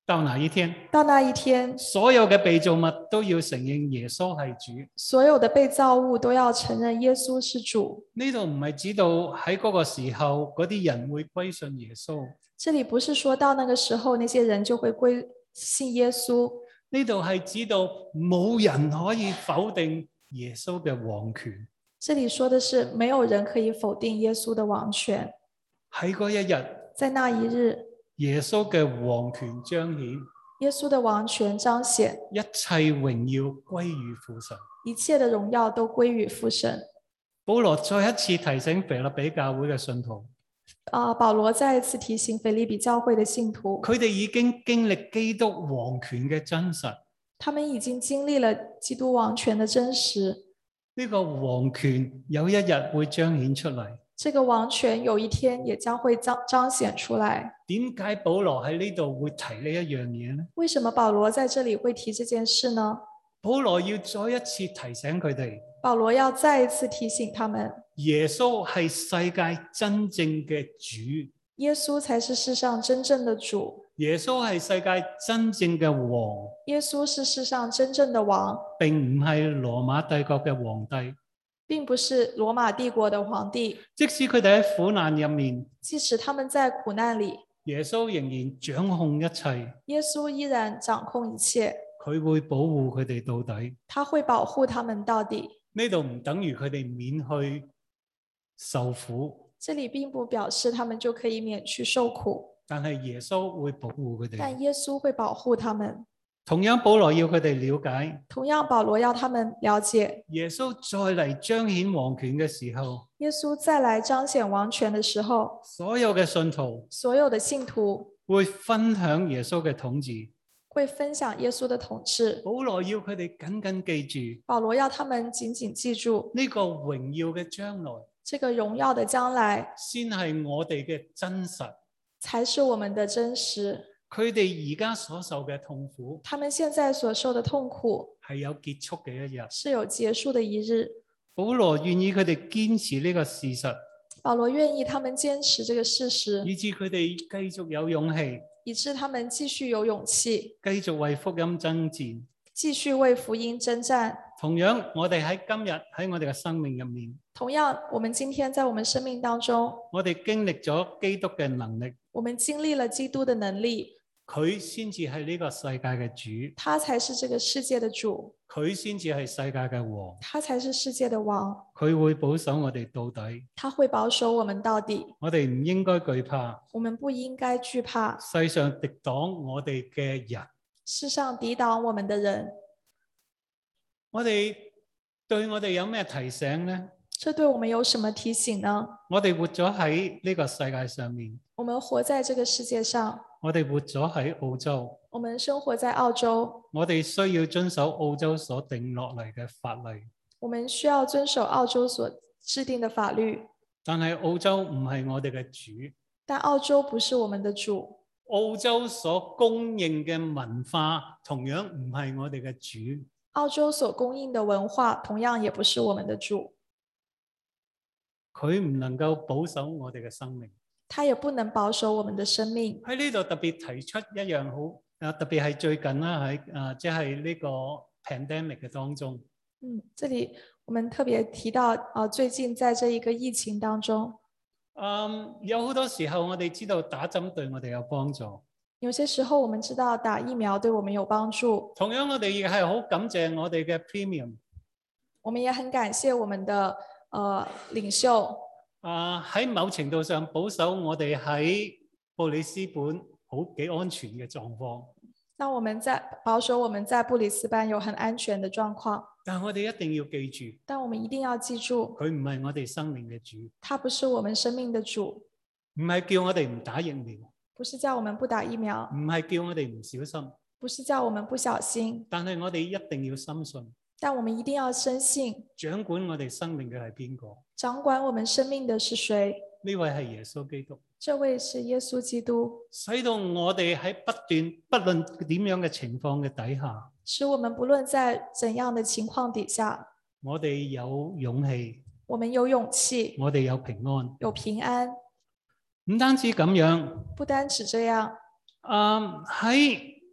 到那一天， 到那一天， 所有嘅被造物都要承認耶穌係主。 所有的被造物都要承認耶穌是主。 呢度唔係指到喺嗰個時候嗰啲人會歸信耶穌。 這裡不是說到那個時候那些人就會歸信耶穌。 呢度係指到冇人可以否定耶穌嘅王權。 這裡說的是沒有人可以否定耶穌的王權。 喺嗰一日， 在那一日， 耶穌嘅王權彰顯， 耶穌的王權彰顯， 一切榮耀歸於父神， 一切的榮耀都歸於父神。 保羅再一次提醒腓立比教會嘅信徒， 啊，保羅再一次提醒腓立比教會的信徒， 佢哋已經經歷基督王權嘅真實。 他們已經經歷了基督王權的真實。 呢個王權有一日會彰顯出嚟。 這個王權有一天也將會彰彰顯出來。 點解保羅喺呢度會提呢一樣嘢呢？ 為什麼保羅在這裡會提這件事呢？ 保羅要再一次提醒佢哋， 保羅要再一次提醒他們， 耶穌係世界真正嘅主， 耶穌才是世上真正的主， 耶穌係世界真正嘅王， 耶穌是世上真正的王， 並唔係羅馬帝國嘅皇帝， 並不是羅馬帝國的皇帝。 即使佢哋喺苦難入面， 即使他們在苦難裡， 耶穌仍然掌控一切， 耶穌依然掌控一切， 佢會保護佢哋到底。 他會保護他們到底。 呢度唔等於佢哋免去受苦， 這裡並不表示他們就可以免去受苦， 但係耶穌會保護佢哋。 但耶穌會保護他們。 同樣保羅要佢哋了解， 同樣保羅要他們了解， 耶穌再嚟彰顯王權嘅時候， 耶穌再來彰顯王權的時候， 所有嘅信徒， 所有的信徒會分享耶穌嘅統治， 會分享耶穌的統治。 保羅要佢哋緊緊記住， 保羅要他們緊緊記住呢個榮耀嘅將來， 這個榮耀的將來， 先係我哋嘅真實， 才是我們的真實。 佢哋而家所受嘅痛苦， 他們現在所受的痛苦係有結束嘅一日， 是有結束的一日。 保羅願意佢哋堅持呢個事實， 保羅願意他們堅持這個事實， 以致佢哋繼續有勇氣， 以致他們繼續有勇氣， 繼續為福音爭戰， 繼續為福音征戰。 同樣，我哋喺今日喺我哋嘅生命入面， 同樣，我們今天在我們生命當中， 我哋經歷咗基督嘅能力， 我們經歷了基督的能力， 佢先至係呢個世界嘅主， 他才是這個世界的主， 佢先至係世界嘅王， 他才是世界的王， 佢會保守我哋到底， 他會保守我們到底。 我哋唔應該懼怕， 我們不應該懼怕世上敵擋我哋嘅人， 世上抵擋我們的人。 我哋對我哋有咩提醒呢？ 這對我們有什麼提醒呢？ 我哋活咗喺呢個世界上面， 我們活在這個世界上， 我哋活咗喺澳洲， 我們生活在澳洲， 我哋需要遵守澳洲所定落嚟嘅法例。 我們需要遵守澳洲所制定的法律。 但係澳洲唔係我哋嘅主， 但澳洲不是我們的主。 澳洲所供應嘅文化同樣唔係我哋嘅主。 澳洲所供應的文化同樣也不是我們的主， 佢唔能夠保守我哋嘅生命， 他也不能保守我們的生命。 喺呢度特別提出一樣好，啊特別係最近啦喺啊即係呢個 pandemic 嘅當中。 嗯，這裡我們特別提到啊，最近在這一個疫情當中， 嗯，有好多時候我哋知道打針對我哋有幫助。 有些時候我們知道打疫苗對我們有幫助。 同樣我哋亦係好感謝我哋嘅 premium。 我們也很感謝我們的呃領袖。 啊，喺某程度上保守我哋喺布里斯本好幾安全嘅狀況。 那我們在保守我們在布里斯班有很安全的狀況。 但我哋一定要記住， 但我們一定要記住， 佢唔係我哋生命嘅主。 他不是我們生命的主。 唔係叫我哋唔打疫苗。 不是叫我們不打疫苗， 唔係叫我哋唔小心， 不是叫我們不小心， 但係我哋一定要深信， 但我們一定要深信， 掌管我哋生命嘅係邊個？ 掌管我們生命的是誰？ 呢位係耶穌基督， 這位是耶穌基督， 使到我哋喺不斷不論點樣嘅情況嘅底下， 使我們不論在怎樣的情況底下， 我哋有勇氣， 我們有勇氣， 我哋有平安， 有平安。 唔單止咁樣， 不單止這樣， 嗯喺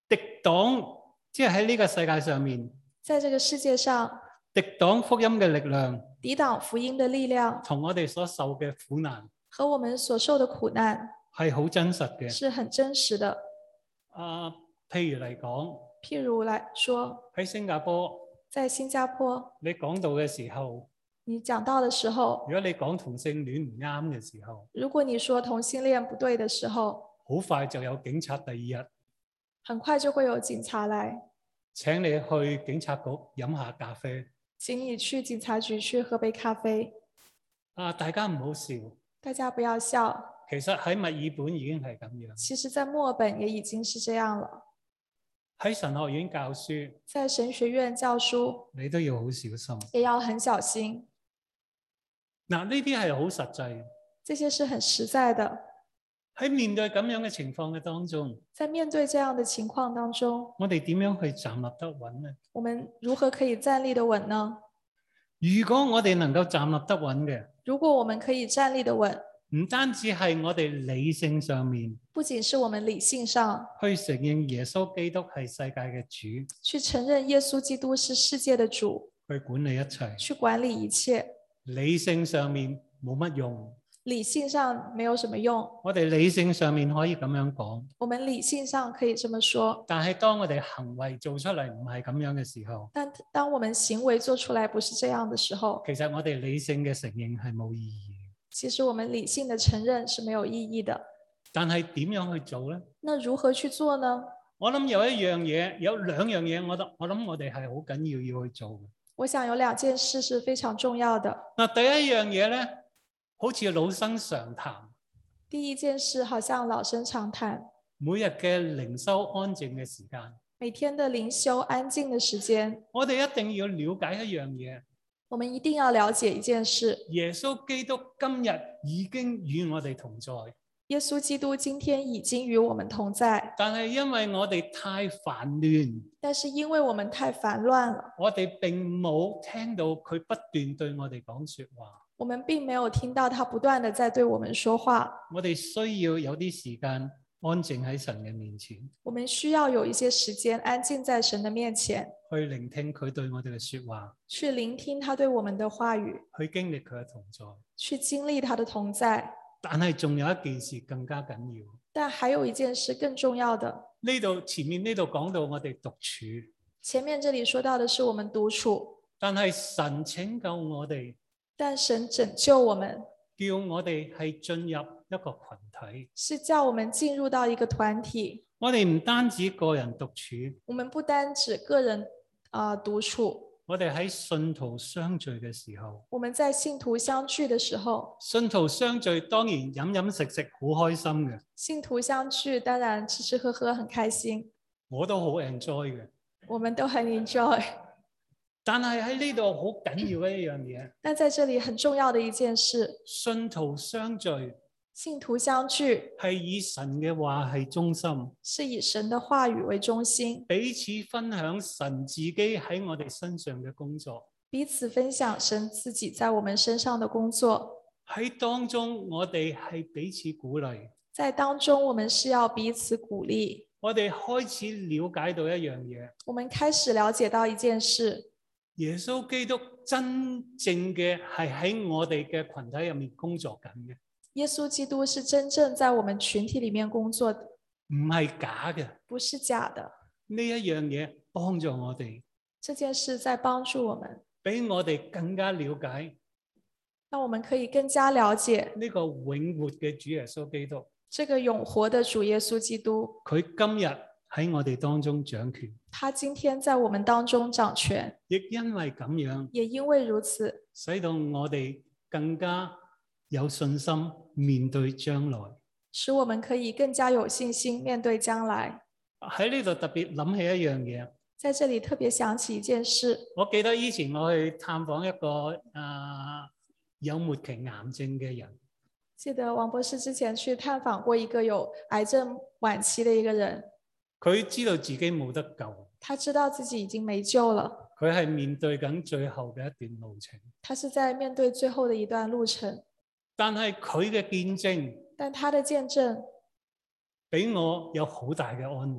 敵擋，即係喺呢個世界上面， 在這個世界上， 敵擋福音嘅力量， 抵擋福音的力量， 同我哋所受嘅苦難和我們所受的苦難係好真實嘅。 是很真實的。 啊，譬如嚟講， 譬如來說， 喺新加坡， 在新加坡， 你講道嘅時候， 你講到的時候， 如果你講同性戀唔啱嘅時候， 如果你說同性戀不對的時候， 好快就有警察第二日很快就會有警察來請你去警察局飲下咖啡。 請你去警察局去喝杯咖啡。 啊，大家唔好笑， 大家不要笑。 其實喺墨爾本已經係咁樣， 其實在墨爾本也已經是這樣了。 喺神學院教書， 在神學院教書， 你都要好小心， 也要很小心。 嗱，呢啲係好實際， 這些是很實在的。 喺面對咁樣嘅情況嘅當中， 在面對這樣的情況當中， 我哋點樣去站立得穩呢？ 我們如何可以站立得穩呢？ 如果我哋能夠站立得穩嘅， 如果我們可以站立得穩， 唔單止係我哋理性上面， 不僅是我們理性上去承認耶穌基督係世界嘅主， 去承認耶穌基督是世界的主， 去管理一切， 去管理一切， 理性上面冇乜用。 理性上沒有什麼用。 我哋理性上面可以咁樣講， 我們理性上可以這麼說， 但係當我哋行為做出嚟唔係咁樣嘅時候， 但當我們行為做出來不是這樣的時候， 其實我哋理性嘅承認係冇意義。 其實我們理性的承認是沒有意義的。 但係點樣去做呢？ 那如何去做呢？ 我諗有一樣嘢，有兩樣嘢，我諗我諗我哋係好緊要要去做嘅。 我想有兩件事是非常重要的。 嗱，第一樣嘢咧，好似老生常談。 第一件事好像老生常談。 每日嘅靈修安靜嘅時間， 每天的靈修安靜的時間， 我哋一定要了解一樣嘢。 我們一定要了解一件事。 耶穌基督今日已經與我哋同在。 耶穌基督今天已經與我們同在。 但係因為我哋太煩亂， 但是因為我們太煩亂了， 我哋並冇聽到佢不斷對我哋講說話。 我們並沒有聽到他不斷地在對我們說話。 我哋需要有啲時間安靜喺神嘅面前。 我們需要有一些時間安靜在神的面前， 去聆聽佢對我哋嘅說話， 去聆聽他對我們的話語， 去經歷佢嘅同在， 去經歷他的同在。 但係仲有一件事更加緊要。 但還有一件事更重要的。 呢度前面呢度講到我哋獨處， 前面這裡說到的是我們獨處， 但係神拯救我哋， 但神拯救我們， 叫我哋係進入一個群體， 是叫我們進入到一個團體。 我哋唔單止個人獨處， 我們不單止個人啊、呃、獨處， 我哋喺信徒相聚嘅時候， 我們在信徒相聚的時候， 信徒相聚當然飲飲食食好開心嘅， 信徒相聚當然吃吃喝喝很開心， 我都好 enjoy 嘅， 我們都很 enjoy。 但係喺呢度好緊要嘅一樣嘢， 但在這裡很重要的一件事， 信徒相聚， 信徒相聚係以神嘅話係中心， 是以神的話語為中心， 彼此分享神自己喺我哋身上嘅工作， 彼此分享神自己在我們身上的工作。 喺當中我哋係彼此鼓勵， 在當中我們是要彼此鼓勵。 我哋開始了解到一樣嘢， 我們開始了解到一件事， 耶穌基督真正嘅係喺我哋嘅群體入面工作緊嘅。 耶穌基督是真正在我們群體裡面工作的， 唔係假嘅， 不是假的。 呢一樣嘢幫助我哋， 這件事在幫助我們， 俾我哋更加了解， 讓我們可以更加了解呢個永活嘅主耶穌基督， 這個永活的主耶穌基督， 佢今日喺我哋當中掌權， 他今天在我們當中掌權， 亦因為咁樣， 也因為如此， 使到我哋更加有信心面對將來， 使我們可以更加有信心面對將來。 喺呢度特別諗起一樣嘢， 在這裡特別想起一件事， 我記得以前我去探訪一個啊有末期癌症嘅人， 記得王博士之前去探訪過一個有癌症晚期的一個人， 佢知道自己冇得救， 他知道自己已經沒救了， 佢係面對緊最後嘅一段路程， 他是在面對最後的一段路程， 但係佢嘅見證， 但他的見證俾我有好大嘅安慰，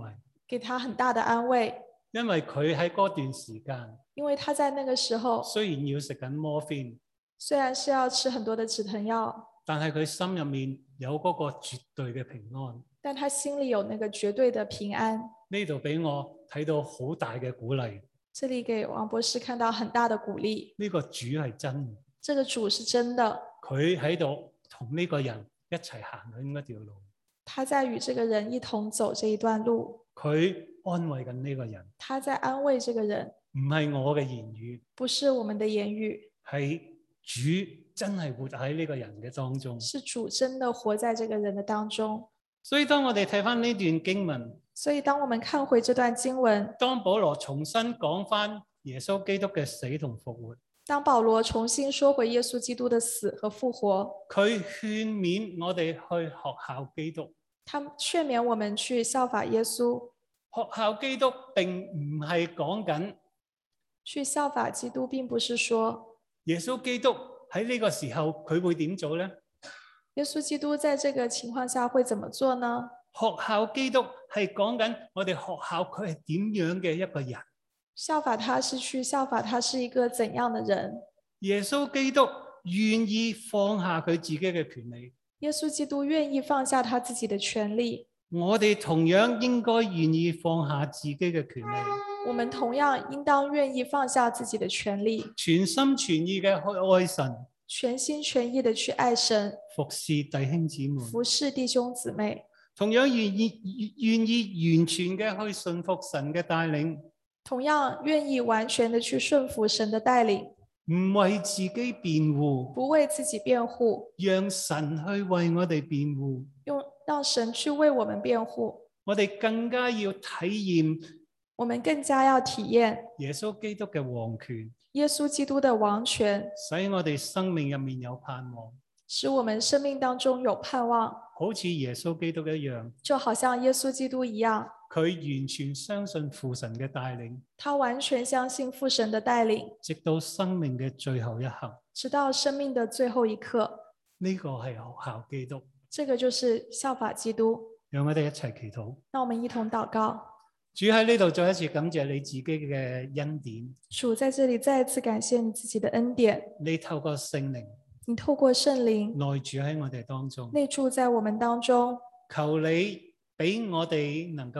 給他很大的安慰， 因為佢喺嗰段時間， 因為他在那個時候雖然要食緊摩菲， 雖然是要吃很多的止疼藥， 但係佢心入面有嗰個絕對嘅平安。 但他心裏有那個絕對的平安。 呢度俾我睇到好大嘅鼓勵。 這裏給王博士看到很大的鼓勵。 呢個主係真嘅， 這個主是真的。 佢喺度同呢個人一齊行緊嗰條路。 他在與這個人一同走這一段路。 佢安慰緊呢個人。 他在安慰這個人。 唔係我嘅言語， 不是我們的言語， 係主真係活喺呢個人嘅當中。 是主真的活在這個人的當中。 所以當我哋睇翻呢段經文， 所以當我們看回這段經文， 當保羅重新講翻耶穌基督嘅死同復活， 當保羅重新說回耶穌基督的死和復活， 佢勸勉我哋去學效基督。 他勸勉我們去效法耶穌。 學效基督並唔係講緊去效法基督，並不是說耶穌基督喺呢個時候佢會點做呢？ 耶穌基督在這個情況下會怎麼做呢？ 學效基督係講緊我哋學效佢係點樣嘅一個人。 效法他是去效法他是一個怎樣的人。 耶穌基督願意放下佢自己嘅權利。 耶穌基督願意放下他自己的權利。 我哋同樣應該願意放下自己嘅權利。 我們同樣應當願意放下自己的權利， 全心全意嘅去愛神， 全心全意的去愛神， 服侍弟兄姊妹， 服侍弟兄姊妹， 同樣願意願意完全嘅去順服神嘅帶領， 同樣願意完全的去順服神的帶領， 唔為自己辯護， 不為自己辯護， 讓神去為我哋辯護， 用讓神去為我們辯護。 我哋更加要體驗， 我們更加要體驗耶穌基督嘅王權， 耶穌基督的王權， 使我哋生命入面有盼望， 使我們生命當中有盼望， 好似耶穌基督一樣， 就好像耶穌基督一樣， 佢完全相信父神嘅帶領， 他完全相信父神的帶領， 直到生命嘅最後一刻， 直到生命的最後一刻。 呢個係學效基督， 這個就是效法基督。 讓我哋一齊祈禱。 讓我們一同禱告。 主喺呢度再一次感謝你自己嘅恩典。 主在這裡再一次感謝你自己的恩典。 你透過聖靈， 你透過聖靈內住喺我哋當中， 內住在我們當中。 求你俾我哋能夠